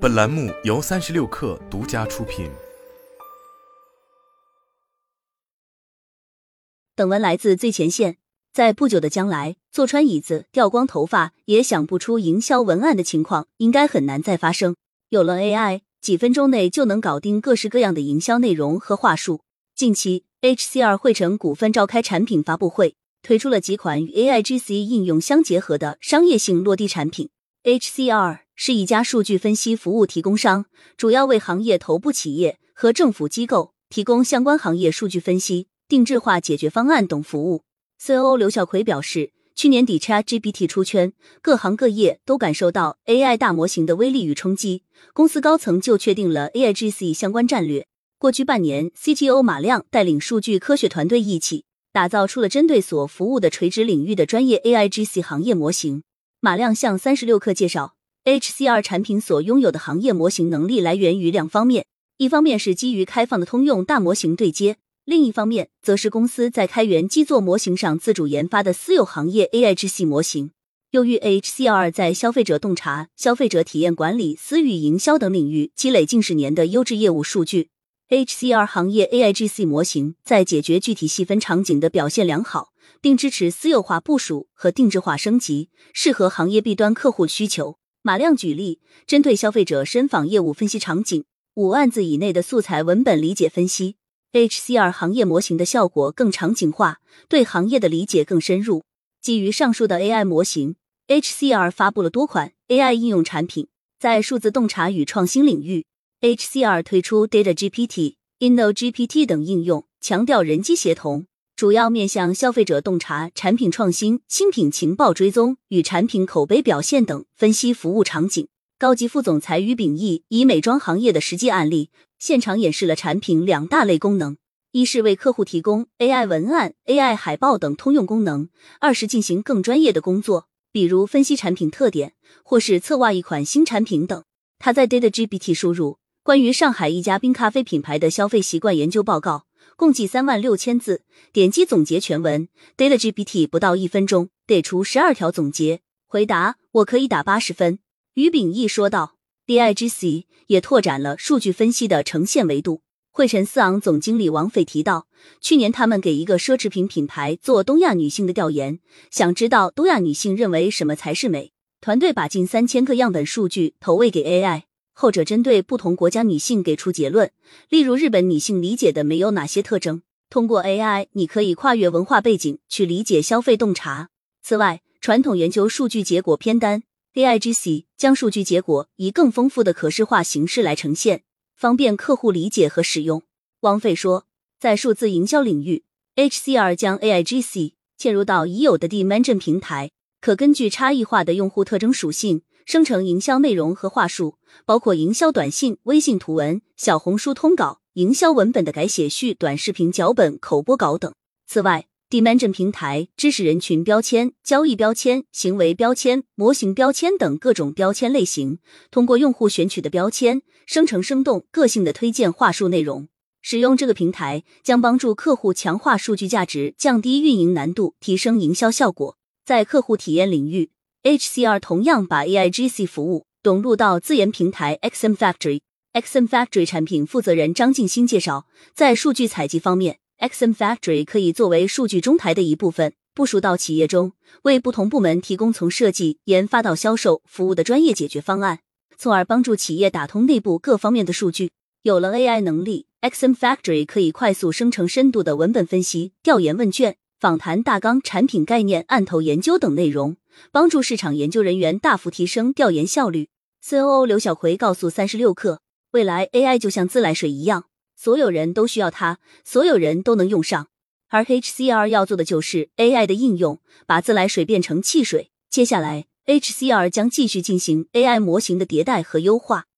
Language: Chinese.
本栏目由36氪独家出品。 本文来自最前线。在不久的将来，坐穿椅子、掉光头发也想不出营销文案的情况应该很难再发生。有了 AI， 几分钟内就能搞定各式各样的营销内容和话术。近期 HCR 汇成股份召开产品发布会，推出了几款与 AIGC 应用相结合的商业性落地产品。HCR 是一家数据分析服务提供商，主要为行业头部企业和政府机构提供相关行业数据分析、定制化解决方案等服务。COO 刘晓奎表示，去年底 ChatGPT 出圈，各行各业都感受到 AI 大模型的威力与冲击，公司高层就确定了 AIGC 相关战略。过去半年 CTO 马亮带领数据科学团队一起打造出了针对所服务的垂直领域的专业 AIGC 行业模型。马亮向36氪介绍， HCR 产品所拥有的行业模型能力来源于两方面，一方面是基于开放的通用大模型对接，另一方面则是公司在开源基座模型上自主研发的私有行业 AIGC 模型。由于 HCR 在消费者洞察、消费者体验管理、私域营销等领域积累近10年的优质业务数据， HCR 行业 AIGC 模型在解决具体细分场景的表现良好，并支持私有化部署和定制化升级，适合行业 B 端客户需求。马亮举例，针对消费者深访业务分析场景，5万字以内的素材文本理解分析， HCR 行业模型的效果更场景化，对行业的理解更深入。基于上述的 AI 模型， HCR 发布了多款 AI 应用产品。在数字洞察与创新领域， HCR 推出 DataGPT、InnoGPT 等应用，强调人机协同，主要面向消费者洞察、产品创新、新品情报追踪与产品口碑表现等分析服务场景。高级副总裁于秉义以美妆行业的实际案例，现场演示了产品2大类功能，一是为客户提供 AI 文案、AI 海报等通用功能，二是进行更专业的工作，比如分析产品特点，或是策划一款新产品等。他在 DataGPT 输入关于上海一家冰咖啡品牌的消费习惯研究报告，共计36000字，点击总结全文， DataGPT 不到1分钟给出12条总结，回答我可以打80分。于秉义说道， AIGC 也拓展了数据分析的呈现维度。汇晨思昂总经理王斐提到，去年他们给一个奢侈品品牌做东亚女性的调研，想知道东亚女性认为什么才是美，团队把近3000个样本数据投喂给 AI， 后者针对不同国家女性给出结论，例如日本女性理解的美有哪些特征，通过 AI 你可以跨越文化背景去理解消费洞察。此外，传统研究数据结果偏单， AIGC 将数据结果以更丰富的可视化形式来呈现，方便客户理解和使用。王斐说，在数字营销领域， HCR 将 AIGC 嵌入到已有的 Dimension 平台，可根据差异化的用户特征属性生成营销内容和话术，包括营销短信、微信图文、小红书通稿、营销文本的改写序、短视频脚本、口播稿等。此外， Dimension 平台支持人群标签、交易标签、行为标签、模型标签等各种标签类型，通过用户选取的标签生成生动个性的推荐话术内容。使用这个平台将帮助客户强化数据价值，降低运营难度，提升营销效果。在客户体验领域， HCR 同样把 AIGC 服务导入到自研平台 XM Factory。XM Factory 产品负责人张静新介绍，在数据采集方面， XM Factory 可以作为数据中台的一部分，部署到企业中，为不同部门提供从设计、研发到销售服务的专业解决方案，从而帮助企业打通内部各方面的数据。有了 AI 能力， XM Factory 可以快速生成深度的文本分析、调研问卷、访谈大纲、产品概念、案头研究等内容，帮助市场研究人员大幅提升调研效率。COO 刘晓奎告诉36氪，未来 AI 就像自来水一样，所有人都需要它，所有人都能用上。而 HCR 要做的就是 AI 的应用，把自来水变成汽水。接下来 HCR 将继续进行 AI 模型的迭代和优化，